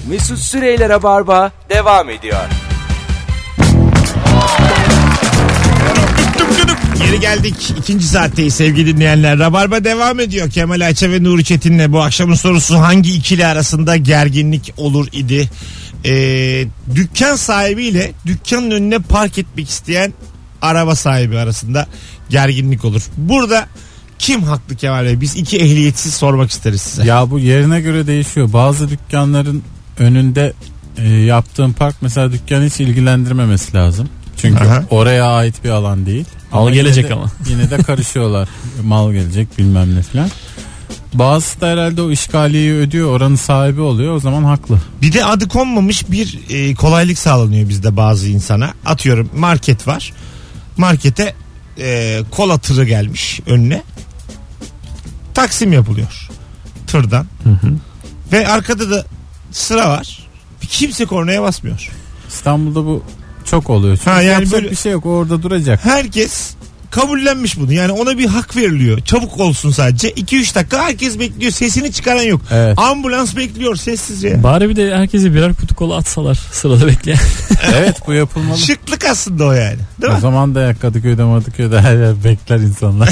Mesut Süreyler'e barba devam ediyor. Geri geldik. İkinci saatteyiz sevgili dinleyenler. Rabarba devam ediyor. Kemal Ayça ve Nuri Çetin'le bu akşamın sorusu hangi ikili arasında gerginlik olur idi? Dükkan sahibiyle dükkanın önüne park etmek isteyen araba sahibi arasında gerginlik olur. Burada kim haklı Kemal Bey? Biz iki ehliyetsiz sormak isteriz size. Ya bu yerine göre değişiyor. Bazı dükkanların önünde yaptığın park mesela dükkanı hiç ilgilendirmemesi lazım. Çünkü oraya ait bir alan değil. Mal gelecek ama. Yine de karışıyorlar. Mal gelecek bilmem ne filan. Bazısı da herhalde o işgaliyeyi ödüyor, oranın sahibi oluyor, o zaman haklı. Bir de adı konmamış bir kolaylık sağlanıyor bizde bazı insana. Atıyorum market var. Markete kola tırı gelmiş önüne. Taksim yapılıyor tırdan. Ve arkada da sıra var. Kimse kornaya basmıyor. İstanbul'da bu çok oluyor. Çünkü yani yapacak bir şey yok, orada duracak. Herkes kabullenmiş bunu. Yani ona bir hak veriliyor. Çabuk olsun sadece. 2-3 dakika herkes bekliyor. Sesini çıkaran yok. Evet. Ambulans bekliyor sessizce. Bari bir de herkese birer kutu kola atsalar sırada bekleyen. Evet, bu yapılmalı. Şıklık aslında o yani. Değil o mi? zaman da Kadıköy'de her yer bekler insanlar.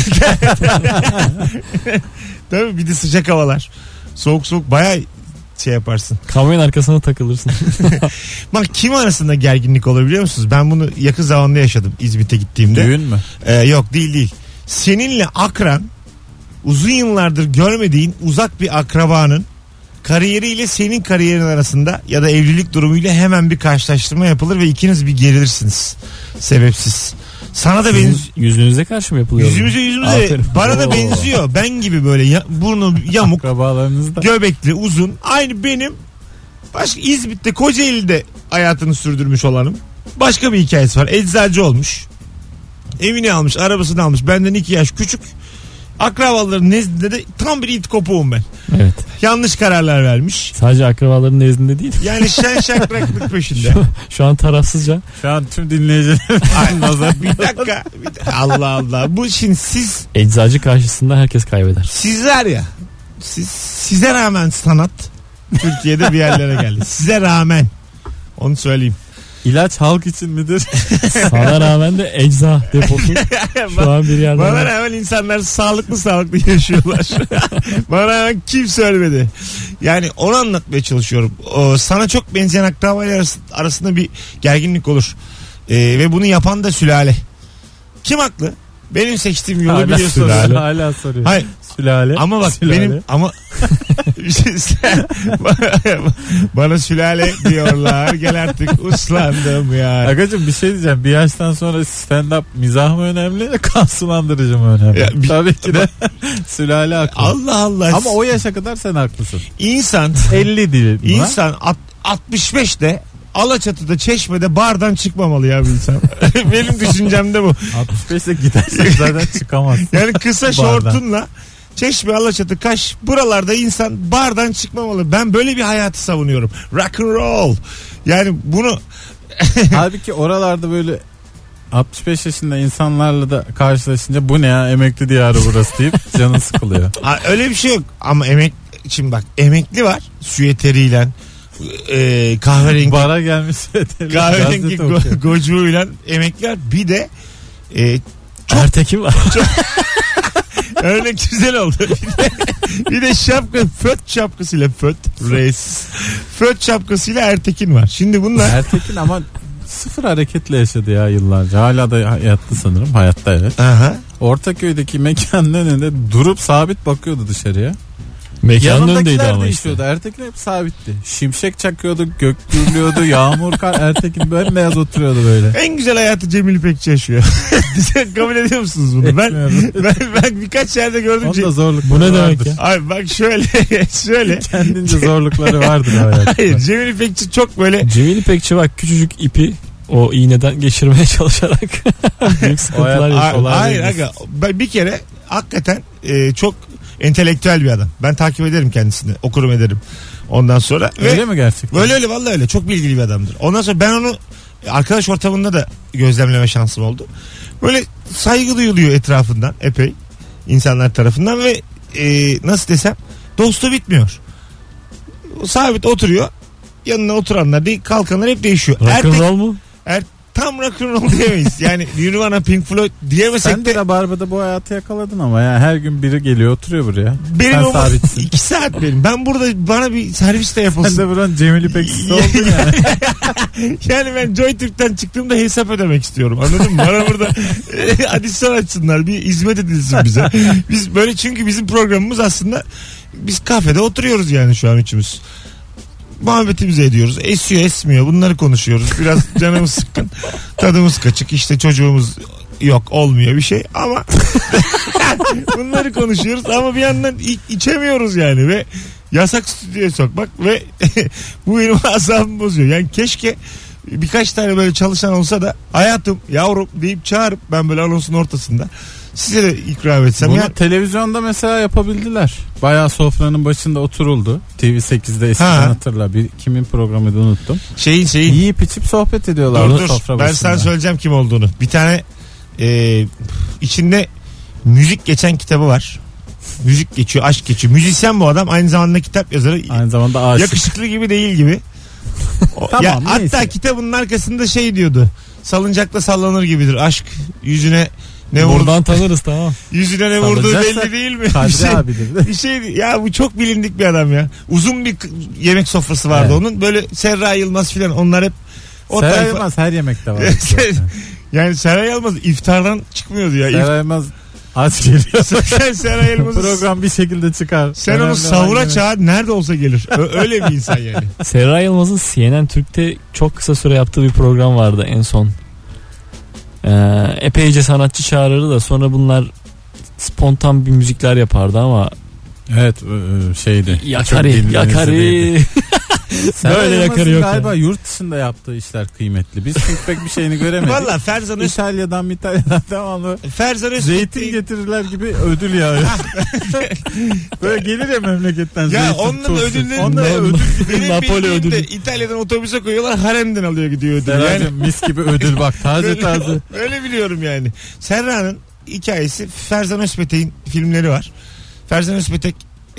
Değil mi? Bir de sıcak havalar. Soğuk bayağı şey yaparsın. Kamyon arkasına takılırsın. Bak kim arasında gerginlik olur biliyor musunuz? Ben bunu yakın zamanda yaşadım İzmit'e gittiğimde. Düğün mü? Yok değil. Seninle akran, uzun yıllardır görmediğin uzak bir akrabanın kariyeriyle senin kariyerin arasında ya da evlilik durumuyla hemen bir karşılaştırma yapılır ve ikiniz bir gerilirsiniz. Sebepsiz. Sana da yüzünüze karşı mı yapılıyor? Yüzümüze. Aferin. Bana da benziyor. Ben gibi böyle burnu yamuk, göbekli, uzun. Aynı benim. Başka İzmit'te, Kocaeli'de hayatını sürdürmüş olanım. Başka bir hikayesi var. Eczacı olmuş. Evini almış, arabasını almış. Benden 2 yaş küçük. Akrabaların nezdinde de tam bir it kopuğum ben. Evet. Yanlış kararlar vermiş. Sadece akrabaların nezdinde değil. Yani şen şakraklık peşinde. Şu an tarafsızca. Şu an tüm dinleyiciler. Bir dakika. Allah Allah. Bu şimdi siz... Eczacı karşısında herkes kaybeder. Sizler ya. Size rağmen sanat Türkiye'de bir yerlere geldi. Size rağmen. Onu söyleyeyim. İlaç halk için midir? Sana rağmen de ecza deposu şu an bir yerde. Bana rağmen insanlar sağlıklı yaşıyorlar. Bana rağmen kimse ölmedi. Yani onu anlatmaya çalışıyorum. Sana çok benzeyen akrabalar arasında bir gerginlik olur. Ve bunu yapan da sülale. Kim haklı? Benim seçtiğim yolu hala biliyorsunuz. Hala soruyor. Hayır. Sülale. Ama bak sülale. Benim ama bana sülale diyorlar. Gel artık uslandım ya. Agacım bir şey diyeceğim. Bir yaştan sonra stand up mizah mı önemli, kan sulandırıcı mı önemli? Ya, tabii ki de sülale haklı. Allah. Ama o yaşa kadar sen haklısın. İnsan 50 değil. İnsan 65'te Alaçatı'da, Çeşme'de bardan çıkmamalı ya bir insan. Benim düşüncemde bu. 65'te gidersen zaten çıkamaz. Yani kısa şortunla Çeşme, Alaçatı, Kaş buralarda insan bardan çıkmamalı. Ben böyle bir hayatı savunuyorum. Rock and roll. Yani bunu halbuki oralarda böyle 65 yaşında insanlarla da karşılaşınca bu ne ya, emekli diyarı burası deyip canın sıkılıyor. Öyle bir şey yok ama şimdi bak emekli var süeteriyle kahverengi bara gelmiş süeteriyle kahverengi gocuğuyla emekli var. Bir de Ertekin var. Örnek güzel oldu. Bir de şapka, föt şapkasıyla föt şapkasıyla Ertekin var. Şimdi bunlar Ertekin ama sıfır hareketle yaşadı ya yıllarca. Hala da hayatta sanırım. Hayatta evet. Aha. Ortaköy'deki mekanın önünde durup sabit bakıyordu dışarıya. Mekanın önündeydi ama değişiyordu. Ertekin hep sabitti. Şimşek çakıyordu, gök gürlüyordu, yağmur kar. Ertekin böyle beyaz oturuyordu böyle. En güzel hayatı Cemil İpekçi yaşıyor. Kabul ediyor musunuz bunu? Ben birkaç yerde gördüm. Onda zorluk. Bu ne demek ya? Ay bak şöyle. Kendince zorlukları vardır hayatta. Hayır, Cemil İpekçi çok böyle. Cemil İpekçi bak küçücük ipi o iğneden geçirmeye çalışarak büyük sıkıntılar yaşıyor. Hayır aga, bir kere hakikaten çok entelektüel bir adam. Ben takip ederim kendisini. Okurum ederim. Ondan sonra. Öyle mi gerçekten? Öyle vallahi öyle. Çok bilgili bir adamdır. Ondan sonra ben onu arkadaş ortamında da gözlemleme şansım oldu. Böyle saygı duyuluyor etrafından epey. insanlar tarafından ve nasıl desem dostu bitmiyor. Sabit oturuyor. yanına oturanlar değil, kalkanlar hep değişiyor. Rock'n'roll mu? Tam rock'n'roll diyemeyiz. Yani Nirvana, Pink Floyd diyemesek Sen de Rabarba'da bu hayatı yakaladın ama ya her gün biri geliyor oturuyor buraya. benim Sen o sabitsin. 2 saat benim. Ben burada bana bir servis de yapılsın. Sen de buranın Cemil İpekçisi oldun yani. Yani ben JoyTürk'ten çıktığımda hesap ödemek istiyorum. Anladın mı? Bana burada adisyon açsınlar. Bir hizmet edilsin bize. Biz böyle, çünkü bizim programımız aslında, biz kafede oturuyoruz yani şu an üçümüz. Muhabbetimizi ediyoruz. Esiyor esmiyor. Bunları konuşuyoruz. Biraz canımız sıkkın. Tadımız kaçık. İşte çocuğumuz yok, olmuyor bir şey ama bunları konuşuyoruz ama bir yandan içemiyoruz yani ve yasak stüdyoya sokmak ve bu benim asabımı bozuyor. Yani keşke birkaç tane böyle çalışan olsa da hayatım, yavrum deyip çağırıp ben böyle anonsun ortasında size de ikram etsem. Bunu yani televizyonda mesela yapabildiler. Bayağı sofranın başında oturuldu. TV8'de eskiden hatırla. Kimin programıydı unuttum. Şeyin yiyip içip sohbet ediyorlardı sofra başında. Ben sana söyleyeceğim kim olduğunu. Bir tane içinde müzik geçen kitabı var. Müzik geçiyor, aşk geçiyor. Müzisyen bu adam, aynı zamanda kitap yazarı. Aynı zamanda aşık. Yakışıklı gibi değil gibi. Tamam, ya, neyse. hatta kitabının arkasında şey diyordu. Salıncakla sallanır gibidir aşk, yüzüne ne vurdu? Buradan tanırız tamam. Yüzüne ne vurduğu belli değil mi? Kadri abidir. Bir şey ya, bu çok bilindik bir adam ya. Uzun bir yemek sofrası vardı onun. Böyle Serra Yılmaz filan, onlar hep o Serra tayfa. Yılmaz her yemekte var. Yani Serra Yılmaz iftardan çıkmıyordu ya. Serra Yılmaz aç geliyor. Sen Serra Yılmaz'ı program bir şekilde çıkar. Sen onu savura çağır, nerede olsa gelir. Öyle bir insan yani. Serra Yılmaz'ın CNN Türk'te çok kısa süre yaptığı bir program vardı en son. Epeyce sanatçı çağırırdı da sonra bunlar spontan bir müzikler yapardı ama evet şeydi. Yakarı. Böyle yakarı yok. Galiba yurt dışında yaptığı işler kıymetli. Biz çünkü pek bir şeyini göremedik. Valla Ferzan İtalya'dan devamlı zeytin getirirler gibi ödül yağıyor. Böyle gelir ya memleketten ya zeytin. Onun ödülleri benim Napoli ödülü. İtalya'dan otobüse koyuyorlar, haremden alıyor gidiyor ödülü. Yani mis gibi ödül bak, taze. Öyle biliyorum yani. Serra'nın hikayesi, Ferzan Özpetek'in filmleri var. Ferzan Özpetek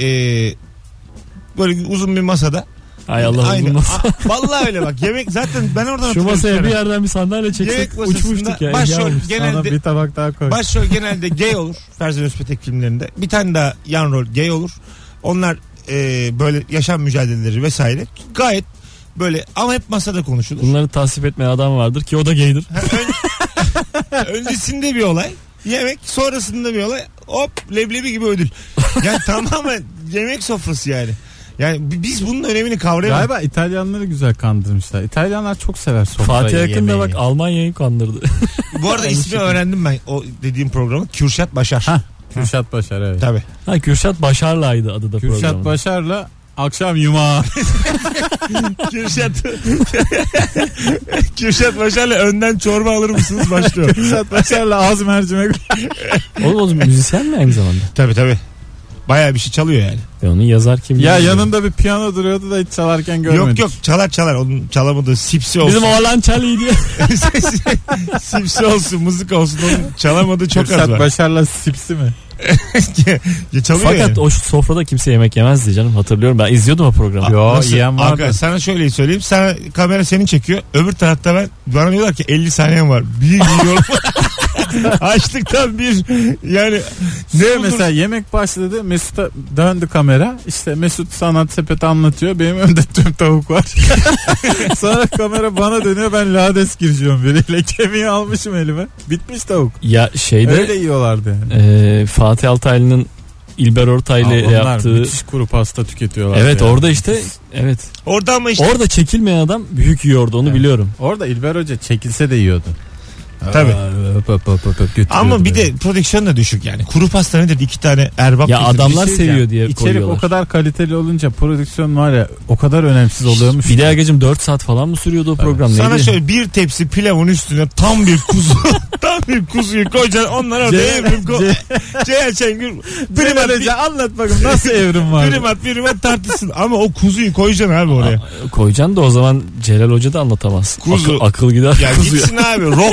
böyle uzun bir masada. Ay Allah, uzun masa. Vallahi öyle bak, yemek zaten ben oradan şu masaya bir yerden bir sandalye çeksek uçmuştuk ya. Başrol genelde bir tabak daha koy. Başrol genelde gay olur Ferzan Özpetek filmlerinde. Bir tane daha yan rol gay olur. Onlar böyle yaşam mücadeleleri vesaire. Gayet böyle ama hep masada konuşulur. Bunları tasvip etmeyen adam vardır ki o da gaydir. Öncesinde bir olay, yemek, sonrasında bir olay, hop leblebi gibi ödül. Yani tamamen yemek sofrası yani. Yani biz bunun önemini kavrayamadık. Galiba İtalyanları güzel kandırmışlar. İtalyanlar çok sever sofrayı. Fatih Akın bak Almanya'yı kandırdı. Bu arada ismini öğrendim ben o dediğim programı. Kürşat Başar. Kürşat Başar, evet. Tabii. Kürşat Başar'laydı adı da programın. Kürşat Başar'la akşam yumağı. Kürşat Başar'la önden çorba alır mısınız başlıyor. Kürşat Başar'la az mercimek. Oğlum müzisyen mi aynı zamanda? Tabii. Bayağı bir şey çalıyor yani. Onu yazar kim? Ya yanında bir piyano duruyordu da hiç çalarken görmedik. Yok çalar. Onun çalamadığı sipsi olsun. Bizim oğlan çalıyor diye. Sipsi olsun, mızık olsun, onun çalamadığı çok Kürşat az var. Başar'la sipsi mi? Çalıyor fakat yani. o sofrada kimse yemek yemezdi canım, hatırlıyorum, ben izliyordum o programı. Yo, yiyen vardı. Aga, sana şöyle söyleyeyim, kamera seni çekiyor, öbür tarafta bana diyorlar ki 50 saniyem var, bir yiyorum. Açlıktan bir yani ne mesela yemek başladı, Mesut'a döndü kamera, işte Mesut sanat sepeti anlatıyor, benim önümde tüm tavuk var. Sonra kamera bana dönüyor, ben lades gireceğim biriyle, kemiği almışım elime, bitmiş tavuk. Ya öyle yiyorlardı yani. Fatih Altaylı'nın İlber Ortaylı yaptığı müthiş kuru pasta tüketiyorlar. Evet yani. Orada işte evet. Orada ama işte orada çekilmeyen adam büyük yiyordu, onu biliyorum. Orada İlber Hoca çekilse de yiyordu. Tabii. Ama bir de prodüksiyon da düşük yani. Kuru pasta nedir? 2 tane erbap. Ya adamlar seviyor diye İçerik koyuyorlar. o kadar kaliteli olunca prodüksiyon var ya, o kadar önemsiz oluyormuş. Bir de Agacım 4 saat falan mı sürüyordu o program? Sana neydi? şöyle bir tepsi pilavın üstüne tam bir kuzuyu koyacaksın, onlara devrim Ceyhan Şengül anlat bakayım nasıl evrim var. Primat tartışsın ama o kuzuyu koyacaksın abi oraya. Koyacaksın da o zaman Celal Hoca da anlatamaz. Kuzu. Akıl gider. Ya kuzuya. gitsin abi roka,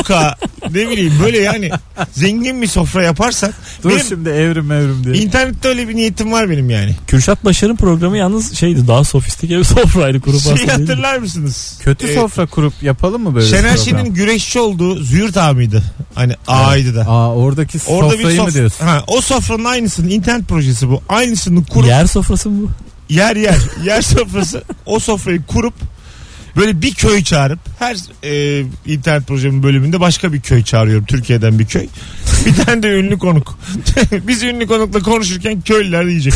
Ne bileyim böyle yani zengin bir sofra yaparsan. Dur Benim şimdi evrim diye. internette öyle bir niyetim var benim yani. Kürşat Başar'ın programı yalnız şeydi, daha sofistike bir sofraydı, kuru pasta Şeyi değil. hatırlar mısınız? Kötü sofra kurup yapalım mı böyle? Şener bir program? Şen'in güreşçi olduğu Züğürt Ağa mıydı? Hani A'ydı da. Oradaki Orada sofrayı mı diyorsun? Ha, o sofranın aynısının internet projesi bu. Aynısını kurup Yer sofrası mı bu? yer sofrası, o sofrayı kurup böyle bir köy çağırıp her internet projemin bölümünde başka bir köy çağırıyorum. Türkiye'den bir köy. Bir tane de ünlü konuk. Biz ünlü konukla konuşurken köylüler yiyecek.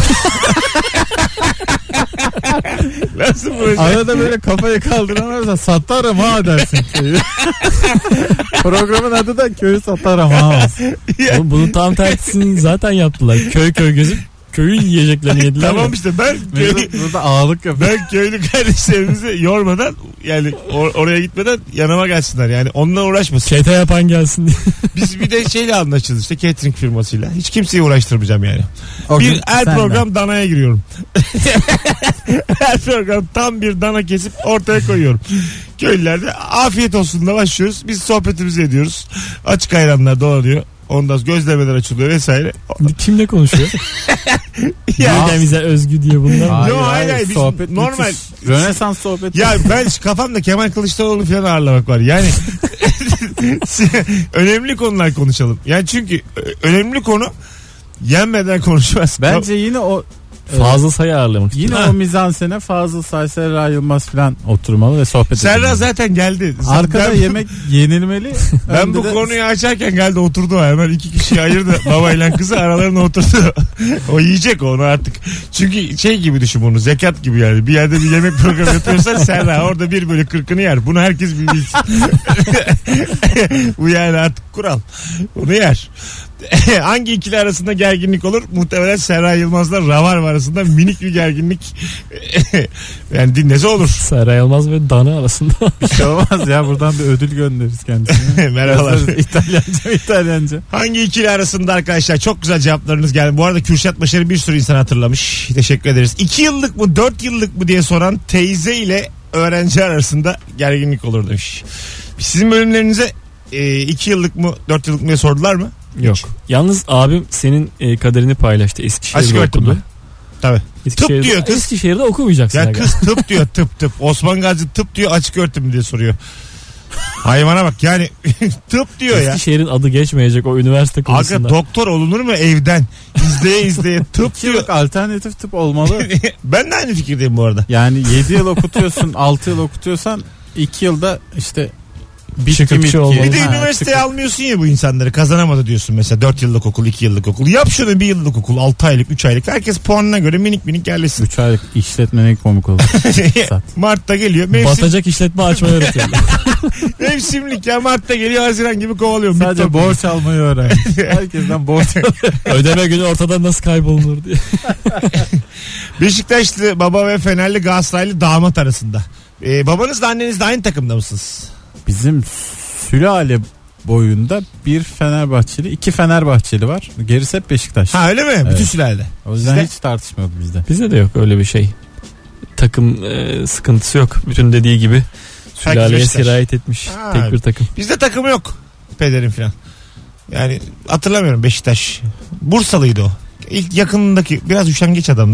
Nasıl böyle? Arada böyle kafayı kaldıramazsan satarım ha dersin köyü. Programın adı da köyü satarım ha. Oğlum bunun tam tersini zaten yaptılar. Köy köy gezip köyün yiyeceklerini yediler. Tamam işte ben Burada ağalık yapıyor. ben köylü kardeşlerimizi yormadan yani oraya gitmeden yanıma gelsinler. Yani onunla uğraşmasın. Kete yapan gelsin diye. Biz bir de şeyle anlaşıldı işte, catering firmasıyla. Hiç kimseyi uğraştırmayacağım yani. O gün Her sen program danaya giriyorum. Her program tam bir dana kesip ortaya koyuyorum. Köylülerde afiyet olsun da başlıyoruz. Biz sohbetimizi ediyoruz. Açık ayranlar dolanıyor. Ondan sonra gözlemeler açılıyor vesaire. Kimle konuşuyor? Nereden bize özgü diye bunlar mı? Yo, hayır, biz sohbet normal. müthiş. Rönesans sohbeti. Ya ben kafamda Kemal Kılıçdaroğlu falan ağırlamak var. Yani önemli konular konuşalım. Yani çünkü önemli konu yenmeden konuşmaz. Bence yine o Fazıl Say'ı ağırlamak. yine o mizansene Fazıl Say, Serra Yılmaz falan oturmalı ve sohbet Serra edilmeli. zaten geldi. Arkada yemek yenilmeli. Ben bu Önde de- konuyu açarken geldi oturdu. Hemen iki kişiyi ayırdı. Babayla kızı aralarına oturdu. O yiyecek onu artık. Çünkü şey gibi düşün bunu. Zekat gibi yani. Bir yerde bir yemek programı yapıyorsan Serra orada 1/40'ını yer. Bunu herkes bilsin. Bu yani artık kural. Bunu yer. Hangi ikili arasında gerginlik olur? Muhtemelen Serra Yılmaz'la Ravarva arasında minik bir gerginlik. Yani dinlese olur. Serra Yılmaz ve Dana arasında. Bir şey olmaz ya, buradan bir ödül göndeririz kendisine. Merhabalar. Yazarız İtalyanca. Hangi ikili arasında arkadaşlar? Çok güzel cevaplarınız geldi. Bu arada Kürşat Başarı bir sürü insan hatırlamış. Teşekkür ederiz. 2 yıllık mı 4 yıllık mı diye soran teyze ile öğrenci arasında gerginlik olur demiş. Sizin bölümlerinize 2 yıllık mı 4 yıllık mı diye sordular mı? Yok. Yalnız abim senin kaderini paylaştı. Açık Eskişehir'de öğretim okudu. mi? Tabii. Tıp diyor kız. Eskişehir'de okumayacaksın. Ya aga. kız tıp diyor, tıp. Osman Gazi tıp diyor, açık öğretim diye soruyor. Hayvana bak yani tıp diyor ya. Eskişehir'in adı geçmeyecek o üniversite konusunda. Aga doktor olunur mu evden? İzleye tıp diyor. Yok, alternatif tıp olmalı. Ben de aynı fikirdeyim bu arada. Yani 7 yıl okutuyorsun, 6 yıl okutuyorsan 2 yılda işte Çıkıkçı olmalı. Bir de üniversiteye almıyorsun ya bu insanları, kazanamadı diyorsun mesela 4 yıllık okul 2 yıllık okul. Yap şunu 1 yıllık okul 6 aylık 3 aylık, herkes puanına göre minik minik yerleşsin. 3 aylık işletme ne komik olur. Mart'ta geliyor Batacak işletme açmayı öğretiyorlar. mevsimlik ya, Mart'ta geliyor Haziran gibi kovalıyor. Sadece borç almayı öğren. Herkesten borç al. Ödeme günü ortadan nasıl kaybolunur diye. Beşiktaşlı baba ve Fenerli Galatasaraylı damat arasında. Babanızla anneniz de aynı takımda mısınız? Bizim sülale boyunda bir Fenerbahçeli, 2 Fenerbahçeli var. Gerisi hep Beşiktaş. Ha öyle mi? Evet. Bütün sülale. O yüzden Sizde? hiç tartışmıyordu bizde. Bizde de yok öyle bir şey. Takım sıkıntısı yok. Bütün dediği gibi sülaleye Beşiktaş. sirayet etmiş Ha. tek bir takım. Bizde takım yok. Pederin falan. Yani hatırlamıyorum Beşiktaş. Bursalıydı o. İlk yakınındaki biraz üşengeç adamdı.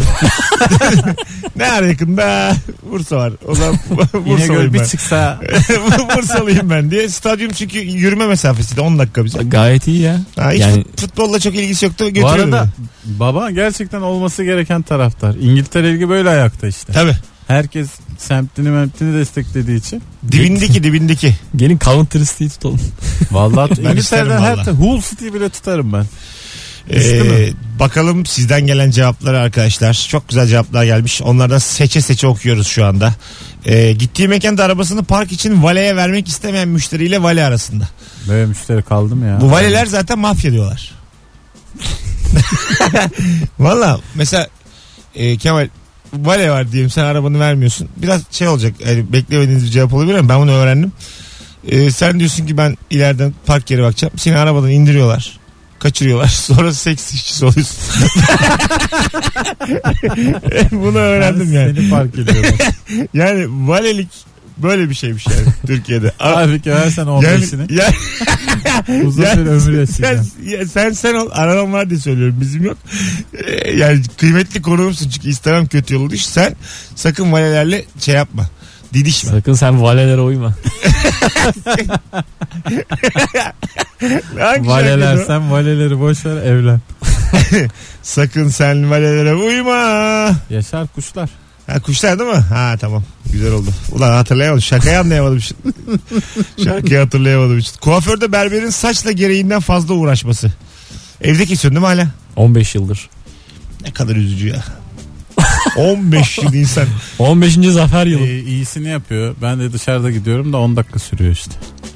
Ne ara yakında? Bursa var. O zaman Yine Bursalıyım bir ben. çıksa Bursalıyım ben diye. Stadyum çünkü yürüme mesafesiydi 10 dakika bize. Gayet iyi ya. Ha, hiç Yani- futbolla çok ilgisi yoktu. bu Götürüyordu arada beni. baba gerçekten olması gereken taraftar. İngiltere Ligi böyle ayakta işte. Tabii. Herkes semtini desteklediği için. Dibindeki. Gelin Coventry City'yi tutalım. Vallahi isterim İngiltere'den vallahi. Hull City bile tutarım ben. Değil mi? Bakalım sizden gelen cevapları arkadaşlar. Çok güzel cevaplar gelmiş. Onlardan seçe seçe okuyoruz şu anda. Gittiği mekanda arabasını park için valeye vermek istemeyen müşteriyle vale arasında. Böyle müşteri kaldı mı ya? Bu valeler zaten mafya diyorlar. Valla mesela Kemal vale var diyelim, sen arabanı vermiyorsun. Biraz şey olacak, yani beklemediğiniz bir cevap olabilir ama ben bunu öğrendim. Sen diyorsun ki ben ileriden park yeri bakacağım. Seni arabadan indiriyorlar. Kaçırıyorlar. Sonra seks işçisi oluyorsun. Bunu öğrendim yani. Seni fark ediyorum. Yani valelik Böyle bir şeymiş yani Türkiye'de. Abi versen 15'ini. Uzun bir ömür yaşayacağım. Sen ol. Aranan var diye söylüyorum. Bizim yok. Yani kıymetli konuğumsun çünkü istemem kötü yolu düş. Sen sakın valelerle şey yapma. Didişme. Sakın sen valelere uyma. Valeler sen valeleri boş ver evlen. Sakın sen valelere uyma. Yaşar kuşlar. Ha, kuşlar değil mi? Ha tamam. Güzel oldu. Ulan hatırlayamadım. Şakayı anlayamadım. Şarkıyı hatırlayamadım. Kuaförde berberin saçla gereğinden fazla uğraşması. Evde kesiyorsun değil mi hala? 15 yıldır. Ne kadar üzücü ya. 15 yıl insan. 15. zafer yılı. İyisini yapıyor. Ben de dışarıda gidiyorum da 10 dakika sürüyor işte.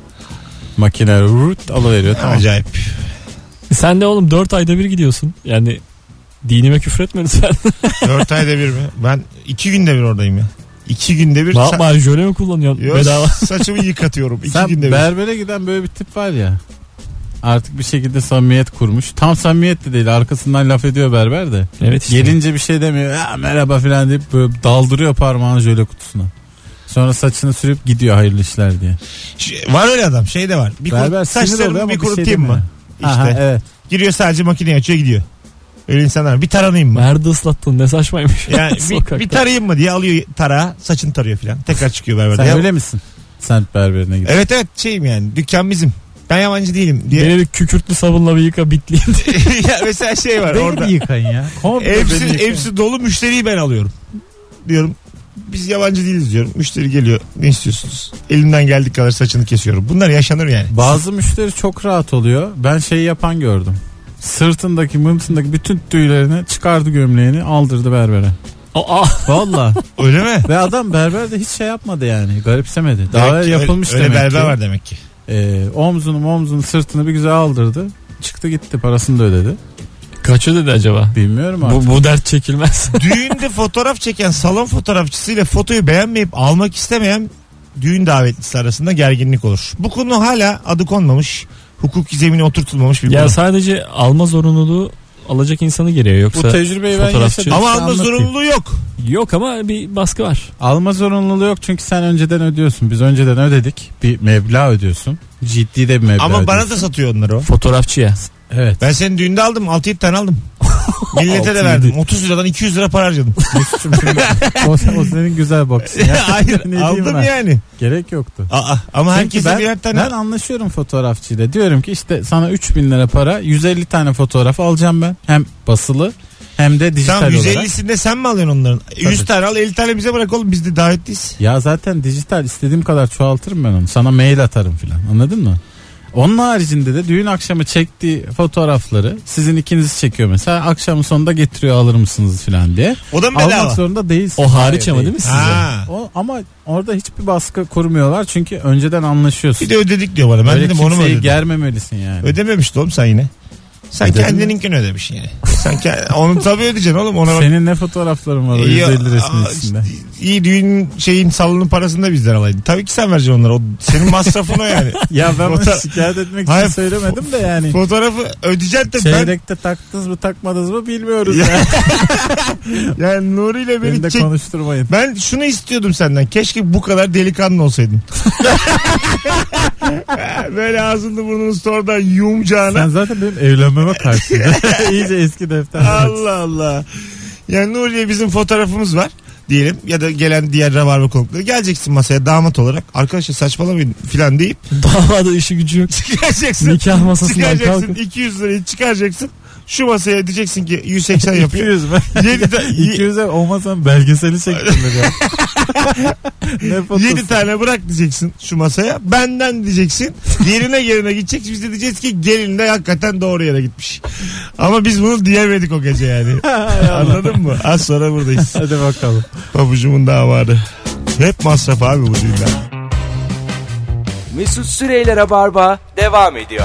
Makine rut alıveriyor. Tamam. Acayip. Sen de oğlum 4 ayda bir gidiyorsun. Yani dinime küfretme lütfen. 4 ayda bir mi? Ben 2 günde bir oradayım ya. 2 günde bir. Ne yapma jöle mi kullanıyorsun? Yok, bedava. Saçımı yıkatıyorum. 2 günde bir. Berbere giden böyle bir tip var ya. Artık bir şekilde samimiyet kurmuş. Tam samimiyet de değil. Arkasından laf ediyor berber de. Evet işte. Gelince bir şey demiyor. Ya, merhaba falan deyip böyle daldırıyor parmağını jöle kutusuna. Sonra saçını sürüp gidiyor hayırlı işler diye. Var öyle adam. Şey de var. Berber Saçlarımı bir kurutayım mı? İşte. Aha, evet. Giriyor sadece makineye açıyor gidiyor. Öyle insanlar. Bir taranayım mı? Nerede ıslattın? Ne saçmaymış. Yani bir tarayayım mı diye alıyor tarağı. Saçını tarıyor filan. Tekrar çıkıyor berberde. Sen öyle misin? Semt berberine gidiyor. Evet şeyim yani. Dükkan bizim. Ben yabancı değilim diye. Beni bir kükürtlü sabunla bir yıka bitleyeyim diye. Ya mesela şey var Beni orada. bir yıkayın ya. Hepsi dolu, müşteriyi ben alıyorum. Diyorum biz yabancı değiliz diyorum. Müşteri geliyor. Ne istiyorsunuz? Elimden geldiği kadar saçını kesiyorum. Bunlar yaşanır yani. Bazı müşteri çok rahat oluyor. Ben şeyi yapan gördüm. Sırtındaki mımsındaki bütün tüylerini çıkardı, gömleğini aldırdı berbere. Valla. Öyle mi? Ve adam berber de hiç şey yapmadı yani. Garipsemedi. Daha yapılmış öyle demek berber ki. var demek ki. Omzunu sırtını bir güzel aldırdı. Çıktı gitti, parasını da ödedi. Kaç ödedi acaba? Bilmiyorum artık. Bu dert çekilmez. Düğünde fotoğraf çeken salon fotoğrafçısıyla fotoyu beğenmeyip almak istemeyen düğün davetlisi arasında gerginlik olur. Bu konu hala adı konmamış, hukuki zemine oturtulmamış bir Ya konu. sadece alma zorunluluğu alacak insanı geliyor, yoksa Bu tecrübeyi ben fotoğrafçı. yaşadım. Ama alma Anlatayım. zorunluluğu yok. Yok ama bir baskı var. Alma zorunluluğu yok çünkü sen önceden ödüyorsun. Biz önceden ödedik. Bir meblağ ödüyorsun. Ciddi de bir meblağ Ama bana ödüyorsun. da satıyor onları o. Fotoğrafçıya. Evet. Ben senin düğünde aldım, 6-7 tane aldım. Millete de verdim. 30 liradan 200 lira para harcadım. Mesut'cum şimdi o senin güzel bakışın. Ya. Hayır Ne diyeyim aldım ben? yani. Gerek yoktu. Ama Çünkü herkese birer tane. Ben anlaşıyorum fotoğrafçıyla. Diyorum ki işte sana 3.000 lira para, 150 tane fotoğraf alacağım ben. Hem basılı hem de dijital Tamam, olarak. 150'sinde sen mi alıyorsun onların? 100 tane al, 50 tane bize bırak oğlum, biz de davetliyiz. Ya zaten dijital istediğim kadar çoğaltırım ben onu. Sana mail atarım filan. Anladın mı? Onun haricinde de düğün akşamı çektiği fotoğrafları sizin ikiniz çekiyor mesela. Akşamın sonunda getiriyor, alır mısınız filan diye. O da mı bedava? Almak zorunda değilsin. O hariç Hayır, ama değil mi size? Ha. Ama orada hiçbir baskı kurmuyorlar çünkü önceden anlaşıyorsun. Bir de ödedik diyor bana. Ben Öyle dedim onu mu kimseyi ödedim? germemelisin yani. Ödememişti oğlum sen yine. Sen Ödedim kendininkini ödemişsin yani. Onu tabii ödeyeceksin oğlum. Ona Senin ne fotoğrafların var o 150 resmin içinde? İyi düğün salonun parasını da bizden alaydın. Tabii ki sen vereceksin onlara. O senin masrafın o yani. Ya ben bunu Foto- şikayet etmek Hayır, için söylemedim de yani. Fotoğrafı ödeyeceksin de Çeyrekte taktınız mı takmadınız mı bilmiyoruz Ya. ya. yani Nuri ile Beni de beni çek. konuşturmayın. Ben şunu istiyordum senden. Keşke bu kadar delikanlı olsaydın. Böyle ağzını burnunu sonradan yumacağına. Sen zaten benim evlenmeme karşıydın. İyice eski defter. Allah Allah. Yani Nuriye bizim fotoğrafımız var diyelim, ya da gelen diğer Rabarba konukları, geleceksin masaya damat olarak, arkadaşlar saçmalamayın filan deyip Damadı işi gücü yok. çıkaracaksın. Nikah masasından Çıkaracaksın kalkıp. 200 lirayı çıkaracaksın. Şu masaya diyeceksin ki 180 yapıyor. 200 mü? 200'e olmazsa belgeseli çektirmek ya. Ne fotosu? 7 tane bırak diyeceksin şu masaya. Benden diyeceksin. Yerine gidecek. Biz de diyeceğiz ki gelin de hakikaten doğru yere gitmiş. Ama biz bunu diyemedik o gece yani. Anladın mı? Az sonra buradayız. Hadi bakalım. Pabucumun damadı. Hep masraf abi bu düğünler. Mesut Süreyler'e barba devam ediyor.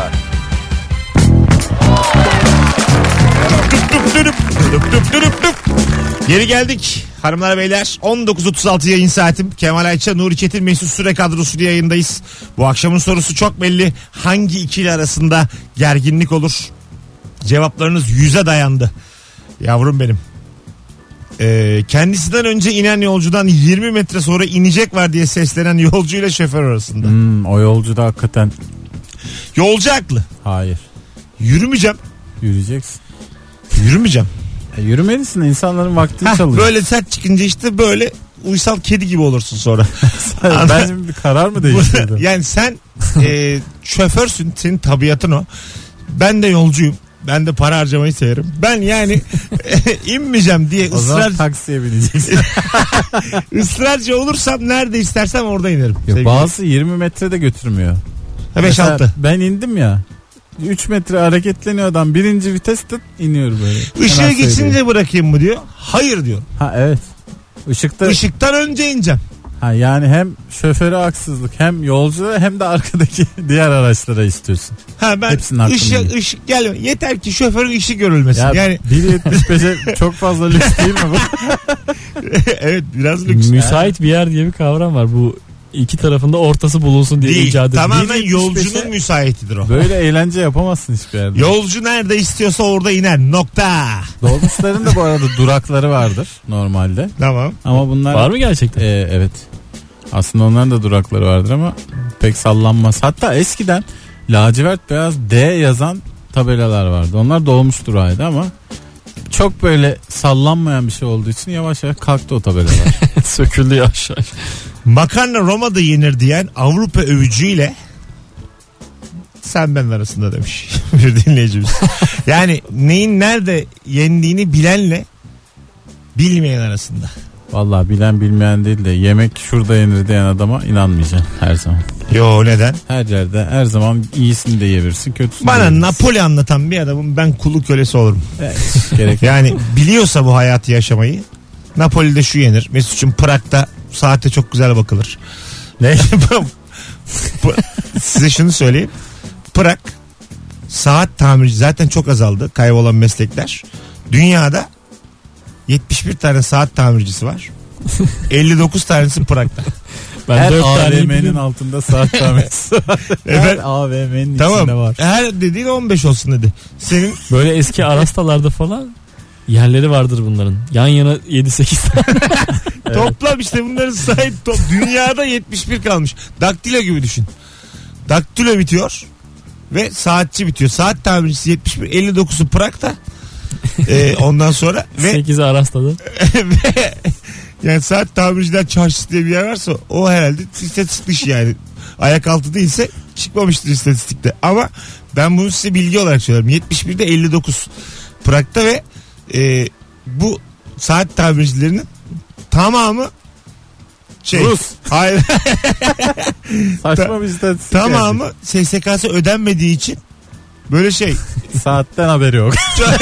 Geri geldik hanımlar beyler. 19.36 yayın saatim. Kemal Ayça, Nuri Çetin, Mesut Süre kadrosuyla yayındayız. Bu akşamın sorusu çok belli. Hangi ikili arasında gerginlik olur? Cevaplarınız 100'e dayandı. Yavrum benim. kendisinden önce inen yolcudan 20 metre sonra inecek var diye seslenen yolcuyla şoför arasında. O yolcu da hakikaten. Yolcu haklı. Hayır. Yürümeyeceğim. Yürüyeceksin. Yürümeyeceğim. Yürümelisin, insanların vaktini çalıyor. Böyle sert çıkınca işte böyle uysal kedi gibi olursun sonra. Ben şimdi bir karar mı değiştirdim? Yani sen şoförsün, senin tabiatın o. Ben de yolcuyum. Ben de para harcamayı severim. Ben yani inmeyeceğim diye o zaman taksiye bineceksin. ısrarcı olursam nerede istersem orada inerim. Bazı 20 metrede götürmüyor. 5-6. Ben indim ya. 3 metre hareketleniyor adam. Birinci viteste iniyor böyle. Işığı geçince bırakayım mı diyor. Hayır diyor. Ha evet. Işıktan önce ineceğim. Ha yani hem şoföre haksızlık, hem yolculara, hem de arkadaki diğer araçlara istiyorsun. Ha ben ışık gelmiyor. Yeter ki şoförün işi görülmesin. Yani 1.75'e çok fazla lüks değil mi bu? Evet, biraz lüks. Müsait bir yer diye bir kavram var. Bu iki tarafında ortası bulunsun diye icat edildi. Tamamen yolcunun müsaitidir o. Böyle eğlence yapamazsın hiçbir yerde. Yolcu nerede istiyorsa orada iner. Nokta. Dolmuşların da bu arada durakları vardır normalde. Tamam. Ama bunlar var mı gerçekten? Evet. Aslında onların da durakları vardır ama pek sallanmaz. Hatta eskiden lacivert beyaz D yazan tabelalar vardı. Onlar dolmuş durağıydı ama çok böyle sallanmayan bir şey olduğu için yavaş yavaş kalktı o tabelalar. Söküldü aşağı. Makarna Roma'da yenir diyen Avrupa övücüyle sen ben arasında demiş bir dinleyicimiz. Yani neyin nerede yendiğini bilenle bilmeyen arasında. Vallahi bilen bilmeyen değil de yemek şurada yenir diyen adama inanmayacaksın her zaman. Yo, neden? Her yerde her zaman iyisini de yiyebilirsin, kötüsünü bana de yiyebilirsin. Napoli anlatan bir adamım, ben kulu kölesi olurum. Evet, gerek yani biliyorsa bu hayatı yaşamayı, Napoli'de şu yenir. Mesut'cum Prag'da saate çok güzel bakılır. Ne? Size şunu söyleyeyim. Prag saat tamirci zaten çok azaldı. Kaybolan meslekler. Dünyada 71 tane saat tamircisi var. 59 tanesi Prag'da. Ben her 4 AVM'nin altında saat tamircisi var. Her AVM'nin tamam, içinde var. Her dediğin 15 olsun dedi. Senin böyle eski arastalarda falan yerleri vardır bunların. Yan yana 7-8 tane. evet. Toplam işte bunların sahip dünyada 71 kalmış. Daktilo gibi düşün. Daktilo bitiyor ve saatçi bitiyor. Saat tamircisi 71, 59'u Prag'da. Ondan sonra ve 8'i Arasta'da. yani saat tamirciler çarşısı diye bir yer varsa o herhalde istatistik dışı yani. Ayak altı değilse çıkmamıştır istatistikte. Ama ben bunu size bilgi olarak söylüyorum. 71'de 59 Prag'da ve bu saat tamircilerinin tamamı Rus. Hayır. Saçma bir istatistik. Tamamı SSK'sı ödenmediği için böyle şey. Saatten haberi yok.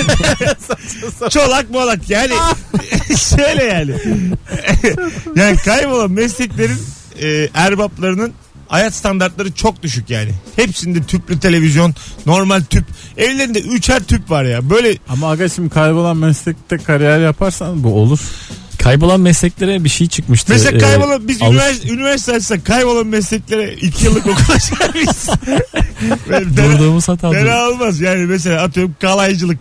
Çolak molak yani. Şöyle yani. Yani kaybolan mesleklerin erbaplarının hayat standartları çok düşük yani. Hepsinde tüplü televizyon, normal tüp. Evlerinde 3'er tüp var ya. Böyle. Ama aga şimdi kaybolan meslekte kariyer yaparsan bu olur. Kaybolan mesleklere bir şey çıkmıştı. Mesela kaybolan biz üniversite açsak kaybolan mesleklere 2 yıllık okul açarız. Durduğumuz hata. Fena olmaz. Yani mesela atıyorum kalaycılık.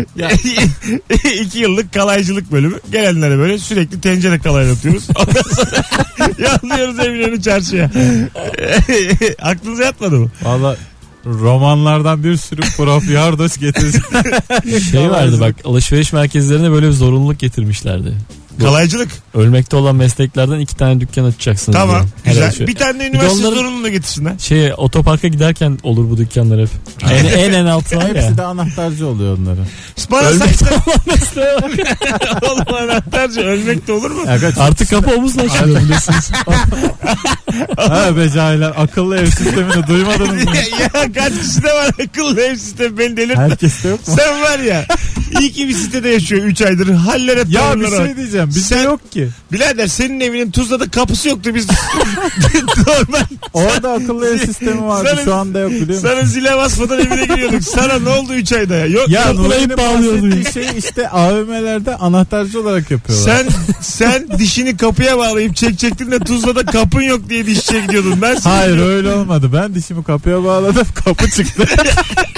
2 yıllık kalaycılık bölümü. Gelenlere böyle sürekli tencere kalaylatıyoruz. Ondan sonra yolluyoruz Eminönü çarşıya. Aklınıza yatmadı mı? Valla romanlardan bir sürü prof yardoş getirecek. Şey vardı bak, alışveriş merkezlerine böyle bir zorunluluk getirmişlerdi. Kalaycılık. Ölmekte olan mesleklerden 2 tane dükkan açacaksınız. Tamam diye. güzel. Bir tane de üniversite zorunluluğuna getirsinler. Otoparka giderken olur bu dükkanlar hep. en altı var ya. Hepsi de anahtarcı oluyor onların. Bana Ölmekte olan mesleğe bak. Oğlum anahtarcı ölmek de olur mu? Artık kapı omuzla açılıyor biliyorsunuz. Ha be cahiller, akıllı ev sistemini duymadınız mı? Ya kaç kişi de var akıllı ev sistemi, beni delirtme. Herkeste yok mu? Sen var ya iyi ki bir sitede yaşıyor 3 aydır. Hallere Ya bir şey diyeceğim. Bizde yok ki. Birader senin evinin Tuzla'da kapısı yoktu. Biz normal. Orada akıllı ev sistemi vardı. Şu anda yok biliyor musun? Sana zile basmadan evine giriyorduk. Sana ne oldu 3 ayda ya? Yok. Ya Nuray'ın bağlıyordu. şey işte AVM'lerde anahtarcı olarak yapıyorlar. Sen dişini kapıya bağlayıp çekecektin de Tuzla'da kapın yok diye dişçiye gidiyordun. Hayır öyle olmadı. Ben dişimi kapıya bağladım. Kapı çıktı.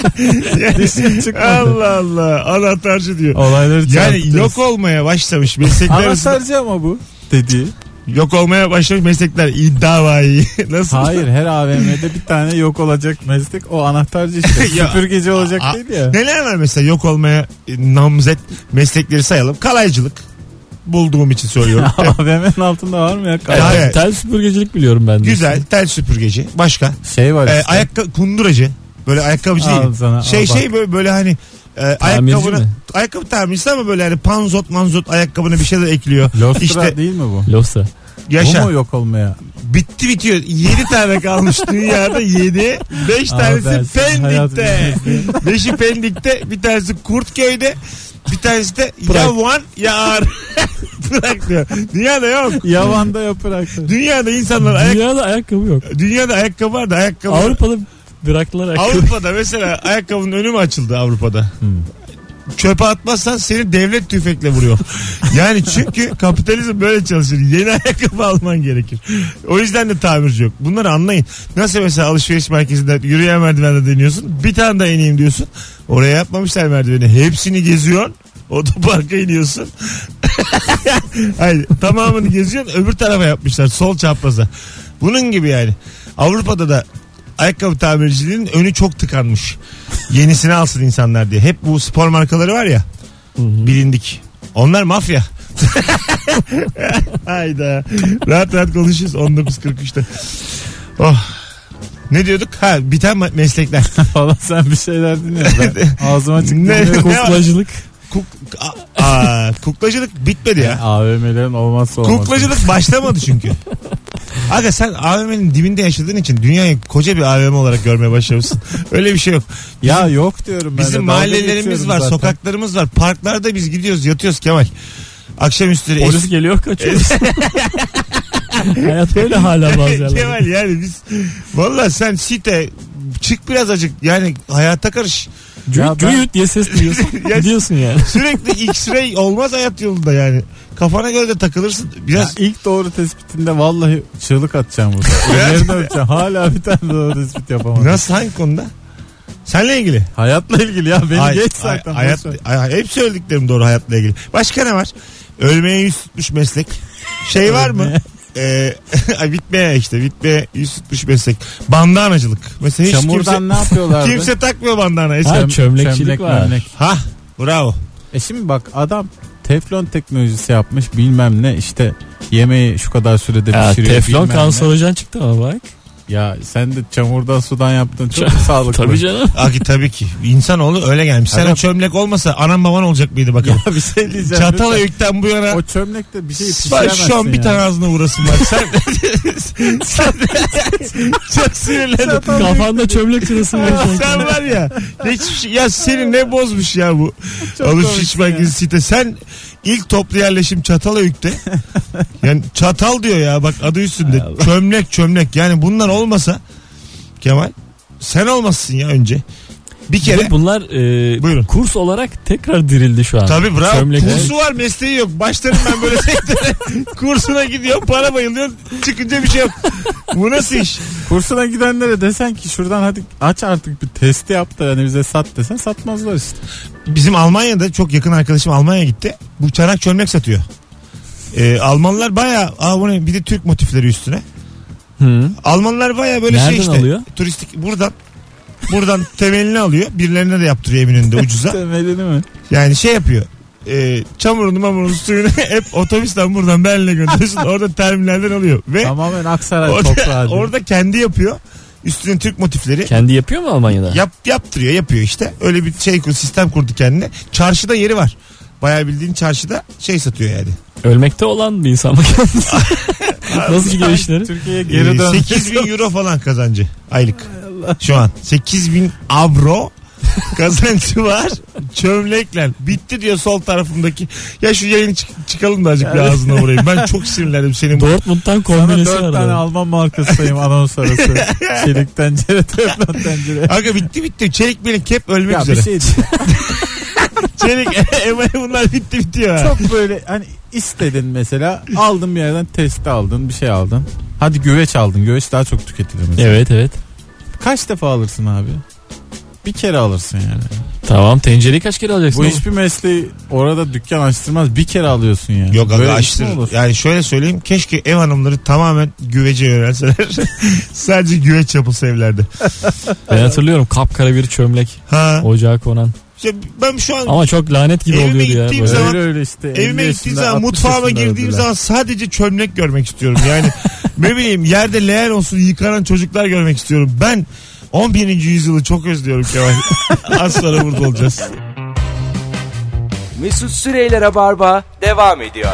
Dişim çıkmadı. Allah Allah. Anahtarcı diyor. Olayları Yani çarpıtırız. yok olmaya başlamış meslekler arasında. Anahtarcı ama bu dediği. Yok olmaya başlamış meslekler. İddiavayı. Nasıl? Hayır, her AVM'de bir tane yok olacak meslek, o anahtarcı işte. Ya, Süpürgeci olacak değil ya. Neler var mesela yok olmaya namzet meslekleri sayalım. Kalaycılık. Bulduğum için söylüyorum. AVM'nin altında var mı ya? Hayır. Tel süpürgecilik biliyorum ben de. Güzel. Tel süpürgeci. Başka? Şey var işte. Ayakkabı kunduracı. Böyle ayakkabıcı Al değil. sana, Şey böyle hani Tamirci mi? ayakkabı tamircisi ama böyle hani manzot ayakkabına bir şeyler ekliyor. Lostra İşte değil mi bu? Losa. yaşa. Bu mu yok olmaya? Bitti bitiyor. 7 tane kalmış dünyada 7. 5 tanesi Pendik'te. 5'i Pendik'te. Bir tanesi Kurtköy'de. Bir tanesi de ya Van ya Ağır. Bırak diyor. Dünyada yok. Yavan'da yapırak. Dünyada insanlar Dünyada ayakkabı yok. Dünyada ayakkabı var da ayakkabı. Avrupa'da bıraktılar ayakkabı. Avrupa'da mesela ayakkabının önü mü açıldı Avrupa'da? Çöpe atmazsan seni devlet tüfekle vuruyor. Yani çünkü kapitalizm böyle çalışır. Yeni ayakkabı alman gerekir. O yüzden de tamirci yok. Bunları anlayın. Nasıl mesela alışveriş merkezinde yürüyen merdivende deniyorsun. Bir tane daha ineyim diyorsun. Oraya yapmamışlar merdiveni. Hepsini geziyorsun. Otoparka iniyorsun. Hayır, tamamını geziyorsun. Öbür tarafa yapmışlar. Sol çapraza. Bunun gibi yani. Avrupa'da da ayakkabı tamirciliğinin önü çok tıkanmış. Yenisini alsın insanlar diye. Hep bu spor markaları var ya. Bilindik. Onlar mafya. Hayda. Rahat rahat konuşuyoruz 19.43'te. Oh. Ne diyorduk? Ha, biten meslekler. Falan sen bir şeyler dinliyorsun. Ben ağzıma çıktı. Kuklacılık. Kuklacılık bitmedi ya. AVM'lerin olmazsa olmaz. Kuklacılık başlamadı çünkü. Aga sen AVM'nin dibinde yaşadığın için dünyayı koca bir AVM olarak görmeye başlamışsın. Öyle bir şey yok. Ya yok diyorum ben. Bizim de. mahallelerimiz var, zaten. sokaklarımız var. Parklarda biz gidiyoruz, yatıyoruz Kemal. Akşamüstü Polis geliyor, kaçıyoruz. Hayat böyle hala bazı yerlerde. Kemal yani biz valla sen site çık biraz acık yani hayata karış. Cüyüt diye ses duyuyorsun. Gidiyorsun yani. Sürekli X-ray olmaz hayat yolunda yani. Kafana göre de takılırsın. Biraz ilk doğru tespitinde vallahi çığlık atacağım burada. Ellerini öpeceğim. Hala bir tane doğru tespit yapamadım. nasıl, hangi konuda? Seninle ilgili. Hayatla ilgili ya. Beni geç zaten. Hep söylediklerim doğru hayatla ilgili. Başka ne var? Ölmeye yüz tutmuş meslek. Şey var mı? Bitmeye yüz tutmuş meslek. Bandanacılık. Mesela hiç Çamurdan ne yapıyorlardı? kimse takmıyor bandana. Ha, çömlekçilik Çömlek, var. mömlek. Ha, bravo. Şimdi bak adam teflon teknolojisi yapmış bilmem ne işte yemeği şu kadar sürede pişiriyor. Teflon kanserojen çıktı ama bak. Ya sen de çamurdan sudan yaptın çok sağlıklı. Tabii canım. Tabii ki. İnsanoğlu öyle gelmiş. Sen Adam... o çömlek olmasa anan baban olacak mıydı bakalım. Ya bir şey diyeceğim. Çatala yükten bu yana. O çömlekte bir şey pişiremezsin Şu an bir ya. tane ağzına vurasın var. Sen çok sinirlendim. Kafanda çömlek sırası var. Sen var ya hiçbir şey, ya seni ne bozmuş ya bu Çok alışveriş merkezi site. Sen ilk toplu yerleşim Çatalhöyük'te. Yani çatal diyor ya bak adı üstünde. Çömlek yani bunlar olmasa Kemal sen olmazsın ya önce. Bir kere bunlar buyurun. Kurs olarak tekrar dirildi şu an. Tabii bravo. Çömlek. Kursu var, mesleği yok. Başlarım ben böyle sektöre. Kursuna gidiyorum, para bayılıyor. Çıkınca bir şey yok. Bu nasıl iş? Kursuna gidenlere desen ki şuradan hadi aç artık bir testi yap da yani bize sat desen satmazlar işte. Bizim Almanya'da çok yakın arkadaşım Almanya'ya gitti. Bu çanak çömlek satıyor. Almanlar bayağı bu ne? Bir de Türk motifleri üstüne. Almanlar bayağı böyle nereden şey işte. Alıyor? Turistik buradan temelini alıyor. Birilerine de yaptırıyor Eminönü'nde ucuza. Temelini mi? Yani şey yapıyor. Çamurunu suyunu hep otobüsten buradan Berlin'e gönderiyorsun. Orada terminalden alıyor. Ve tamamen Aksaray toprağı. Orada kendi yapıyor. Üstüne Türk motifleri. Kendi yapıyor mu Almanya'da? Yapıyor işte. Öyle bir sistem kurdu kendine. Çarşıda yeri var. Bayağı bildiğin çarşıda şey satıyor yani. Ölmekte olan bir insan mı kendisi? Nasıl gidiyor işleri? Türkiye'ye geri dön. 8.000 euro falan kazancı aylık. Şu an 8.000 avro kazancı var. Çömlekler. Bitti diyor sol tarafındaki. Ya şu yayını çıkalım da azıcık bir ağzına vurayım. Ben çok sinirlendim senin. Dortmund'dan Sana kombinesi 4 var. tane Alman markasıyım anons arası. Çelik tencere, teflon tencere. Aga bitti. Çelik belik hep ölmek Ya üzere. bir şey diyeceğim. Çelik bunlar bitiyor. Çok böyle hani istedin mesela aldın bir yerden testi aldın bir şey aldın. Hadi güveç aldın. Güveç daha çok tüketilir mesela. Evet. Kaç defa alırsın abi? bir kere alırsın yani. Tamam, tencereyi kaç kere alacaksın? Bu hiçbir mesleği orada dükkan açtırmaz, bir kere alıyorsun yani. Yok aga, Böyle açtır. Yani şöyle söyleyeyim, keşke ev hanımları tamamen güvece yönelseler. Sadece güveç yapılsa evlerde. Ben hatırlıyorum, kapkara bir çömlek Ha. ocağa konan. İşte ben şu an Ama çok lanet gibi Evime oluyordu ya. gittiğim Böyle. zaman- öyle işte. evime 50 gittiğim yaşında, zaman, 60 mutfağıma yaşında girdiğim öldüler. zaman sadece çömlek görmek istiyorum. Yani ne bileyim, yerde leğen olsun, yıkanan çocuklar görmek istiyorum. Ben 11. yüzyılı çok özlüyorum Kemal. Az sonra burada olacağız. Mesut Süreyler'e barba devam ediyor.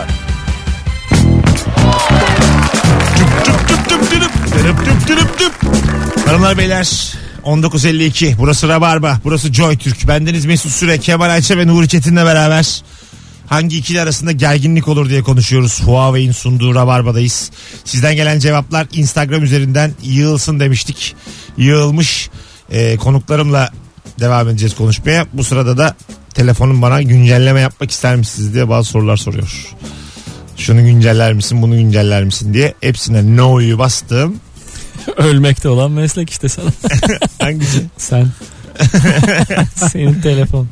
Hanımlar beyler, 19.52 burası Rabarba, burası Joy Türk. Bendeniz Mesut Süre, Kemal Ayça ve Nuri Çetin'le beraber hangi ikili arasında gerginlik olur diye konuşuyoruz. Huawei'in sunduğu Rabarba'dayız. Sizden gelen cevaplar Instagram üzerinden yığılsın demiştik. Yığılmış. Konuklarımla devam edeceğiz konuşmaya. Bu sırada da telefonum bana güncelleme yapmak ister misiniz diye bazı sorular soruyor. Şunu günceller misin, bunu günceller misin diye hepsine no'yu bastım. Ölmekte olan meslek işte sana. Hangisi? Sen. Senin telefon.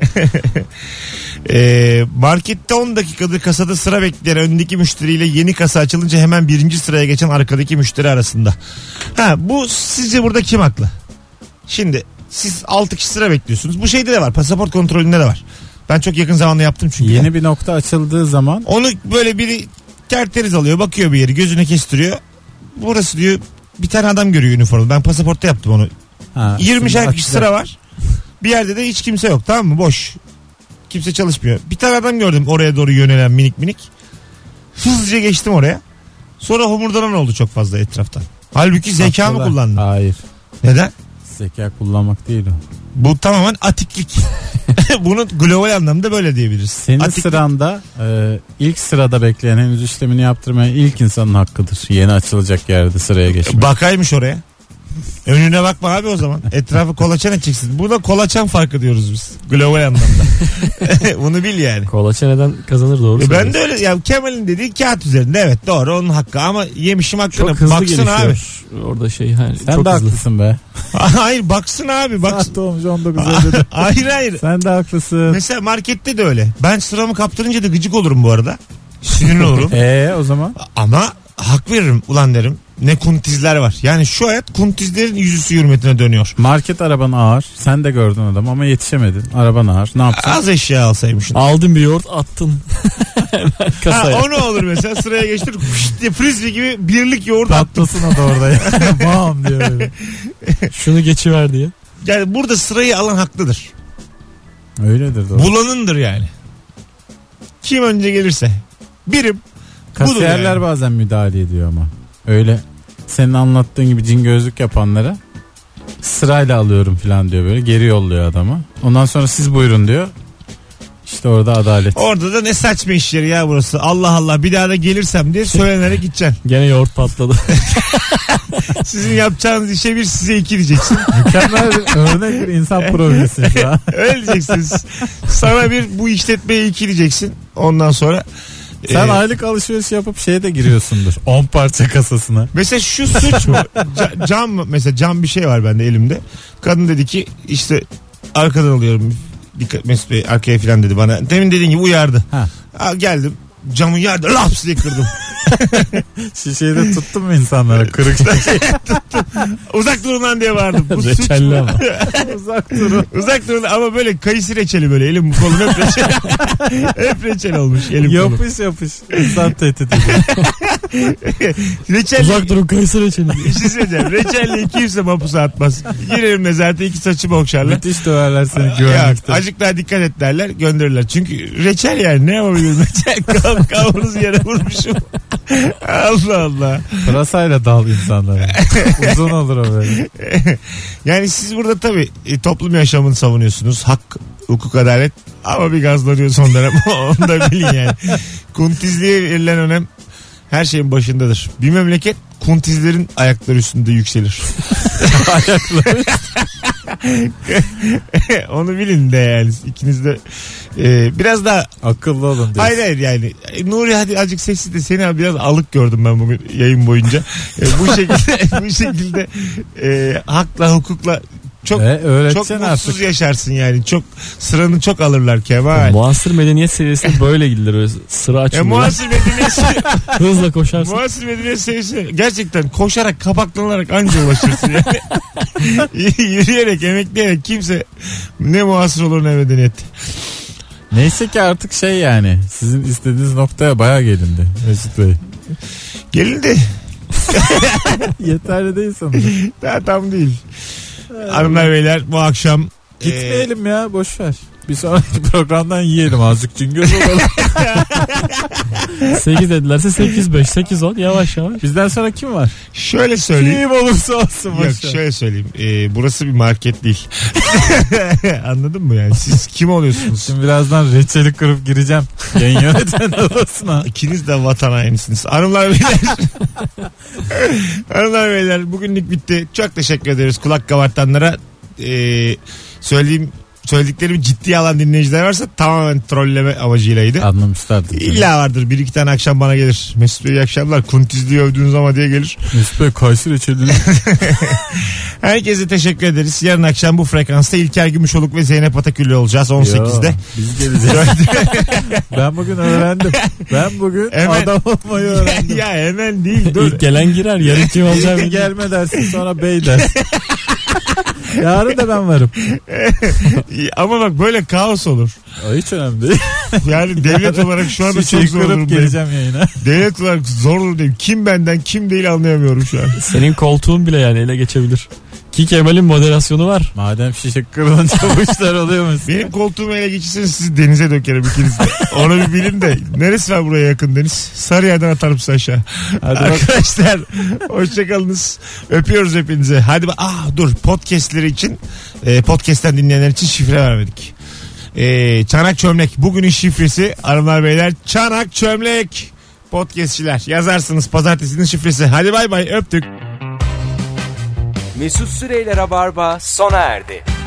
Markette 10 dakikadır kasada sıra bekleyen öndeki müşteriyle yeni kasa açılınca hemen birinci sıraya geçen arkadaki müşteri arasında. Ha, bu sizce burada kim haklı? Şimdi siz 6 kişi sıra bekliyorsunuz. Bu şeyde de var, pasaport kontrolünde de var. Ben çok yakın zamanda yaptım çünkü. Yeni bir nokta açıldığı zaman Onu böyle biri terteriz alıyor, bakıyor bir yeri, gözüne kestiriyor. Burası diyor, bir tane adam görüyor üniformalı. Ben pasaportta yaptım onu. 20'şer kişi sıra var. Bir yerde de hiç kimse yok, tamam mı? Boş. Kimse çalışmıyor. Bir tane adam gördüm oraya doğru yönelen, minik minik. Hızlıca geçtim oraya. Sonra homurdanan oldu çok fazla etraftan. Halbuki zekamı Haklılar. kullandım. Hayır. Neden? Zeka kullanmak değil o. Bu tamamen atiklik. Bunu global anlamda böyle diyebiliriz. Senin Atiklik. sıranda ilk sırada bekleyen, henüz işlemini yaptırmayan ilk insanın hakkıdır. Yeni açılacak yerde sıraya geçmek. Bakaymış oraya. Önüne bakma abi o zaman. Etrafı kolaçan edeceksin. Buna kolaçan farkı diyoruz biz. Global anlamda. Bunu bil yani. Kolaçan eden kazanır, doğru Ben söylüyorsun. de öyle ya, Kemal'in dediği kağıt üzerinde, evet doğru, onun hakkı, ama yemişim hakkını. Çok hızlı baksın gelişiyor. abi. Orada şey, hani Sen çok de hızlı. haklısın be. Hayır, baksın abi, baksın. Saat olmuş 19.50'de. Hayır. Sen de haklısın. Mesela markette de öyle. Ben sıramı kaptırınca da gıcık olurum bu arada. Sinirli olurum. O zaman? Ama hak veririm, ulan derim. Ne kuntizler var. Yani şu hayat kuntizlerin yüzüstü hürmetine dönüyor. Market araban ağır. Sen de gördün adam ama yetişemedin. Araban ağır. Ne yaptın? Az eşya alsaymışsın. Aldın bir yoğurt, attın. Hemen kasaya. O ne olur mesela, sıraya geçtir. Diye frisbee gibi birlik yoğurt attım. Patlasın o da orada ya. Bam diye böyle. Şunu geçiver diye. Yani burada sırayı alan haklıdır. Öyledir doğru. Bulanındır yani. Kim önce gelirse. Birim. Kasiyerler yani. bazen müdahale ediyor ama. Öyle senin anlattığın gibi cin gözlük yapanlara sırayla alıyorum falan diyor, böyle geri yolluyor adamı. Ondan sonra siz buyurun diyor. İşte orada adalet. Orada da ne saçma iş yeri ya burası. Allah Allah, bir daha da gelirsem diye söylenerek gideceksin. Gene yoğurt patladı. Sizin yapacağınız işe bir, size 2 diyeceksin. Mükemmel bir örnek bir insan projesi şu an. Öyle diyeceksiniz. Sana bir, bu işletmeye 2 diyeceksin. Ondan sonra Sen aylık alışveriş yapıp şeye de giriyorsundur. 10 parça kasasına. mesela şu suç mu? Cam mı? Mesela cam bir şey var bende elimde. Kadın dedi ki işte arkadan alıyorum. Dikkat Mesut Bey arkaya falan dedi bana. Demin dediğin gibi uyardı. Ha. Geldim. Camı yardı. Laps diye kırdım. Şişeyi de tuttun mu insanlara? Kırık Uzak durun lan diye bağırdım. Bu suç Reçelli mu? ama. uzak durun. Uzak durun ama böyle kayısı reçeli, böyle elim kolum hep reçel. Hep reçel olmuş elim kolum. Yapış. İnsan tehdit ediyor. Reçelli, Uzak durun, kayısı reçeli. bir şey söyleyeceğim. Reçelli kimse mapusa atmaz. Girerim de zaten 2 saçımı okşarlar. Müthiş döverler seni Ya, güvenlikte. azıcık daha dikkat et derler, gönderirler. Çünkü reçel yani, ne yapabilirim? Reçel kavruz yere vurmuşum. Allah Allah. Pırasayla dal insanlara. Uzun olur o böyle. Yani siz burada tabii toplum yaşamını savunuyorsunuz. Hak, hukuk, adalet, ama bir gazlanıyor son dönem. Onu da bilin yani. Kuntizliğe verilen önem her şeyin başındadır. Bir memleket kuntizlerin ayakları üstünde yükselir. Ayakları. Onu bilin de yani. İkiniz de biraz daha Akıllı olun diyorsun. hayır yani. Nuri hadi azıcık sessiz de, seni biraz alık gördüm ben bugün yayın boyunca. Bu şekilde hakla hukukla çok öğretsen mutsuz artık. yaşarsın yani. Çok sıranı çok alırlar Kemal. Muasır medeniyet seviyesine böyle gidilir. Böyle sıra açılıyor. Muasır medeniyet Hızla koşarsın. Muasır medeniyet seviyesi gerçekten koşarak kapaklanarak anca ulaşırsın yani. Yürüyerek emekleyerek kimse ne muasır olur ne medeniyet. Neyse ki artık şey yani sizin istediğiniz noktaya bayağı gelindi Mesut Bey. Gelindi. Yeterli değil sanırım. Daha tam değil. Hanımlar beyler bu akşam Gitmeyelim ya boşver. Bir sonraki programdan yiyelim azıcık cingöz olalım. 8 dedilerse 8-5 8-10 yavaş yavaş. Bizden sonra kim var? şöyle söyleyeyim. Kim olursa olsun Yok boşver. şöyle söyleyeyim. Burası bir market değil. Anladın mı yani? Siz kim oluyorsunuz? Şimdi birazdan reçeli kırıp gireceğim yayın yönetmen odasına. İkiniz de vatan hainisiniz. Hanımlar beyler. Hanımlar beyler bugünlük bitti. Çok teşekkür ederiz kulak kabartanlara. Söylediklerimi ciddiye alan dinleyiciler varsa tamamen trolleme amacıylaydı. Anlamışlardır. İlla vardır. Bir iki tane akşam bana gelir. Mesut Bey iyi akşamlar. Kuntizli'yi övdüğünüz ama diye gelir. Mesut Bey Kayseri reçelini. Herkese teşekkür ederiz. Yarın akşam bu frekansta İlker Gümüşoluk ve Zeynep Ataküllü olacağız 18'de. Yo, biz geleceğiz. Ben bugün öğrendim. Ben bugün Hemen. adam olmayı öğrendim. Ya hemen değil. Dur. İlk gelen girer. Yarın kim olacağı İlk belli. gelme dersin sonra bey dersin. Yarın da ben varım. Ama bak böyle kaos olur. O hiç önemli değil. Yani devlet olarak şu anda çok zor kırıp durumdayım. geleceğim yayına. Devlet olarak zor durumdayım. Kim benden kim değil anlayamıyorum şu an. Senin koltuğun bile yani ele geçebilir. Ki Kemal'in moderasyonu var. Madem şişe kırılınca bu işler oluyormuş. Benim koltuğumu ele geçirseniz sizi denize dökerim ikiniz de. Onu bir bilin de. Neresi var buraya yakın deniz? Sarıyer'den atarım size aşağı. Hadi arkadaşlar hoşçakalınız. Öpüyoruz hepinize. Hadi dur podcastleri için podcast'ten dinleyenler için şifre vermedik. Çanak çömlek. Bugünün şifresi hanımlar beyler çanak çömlek. Podcastçiler yazarsınız pazartesinin şifresi. Hadi bay bay öptük. Mesut Süreyler'e barba sona erdi.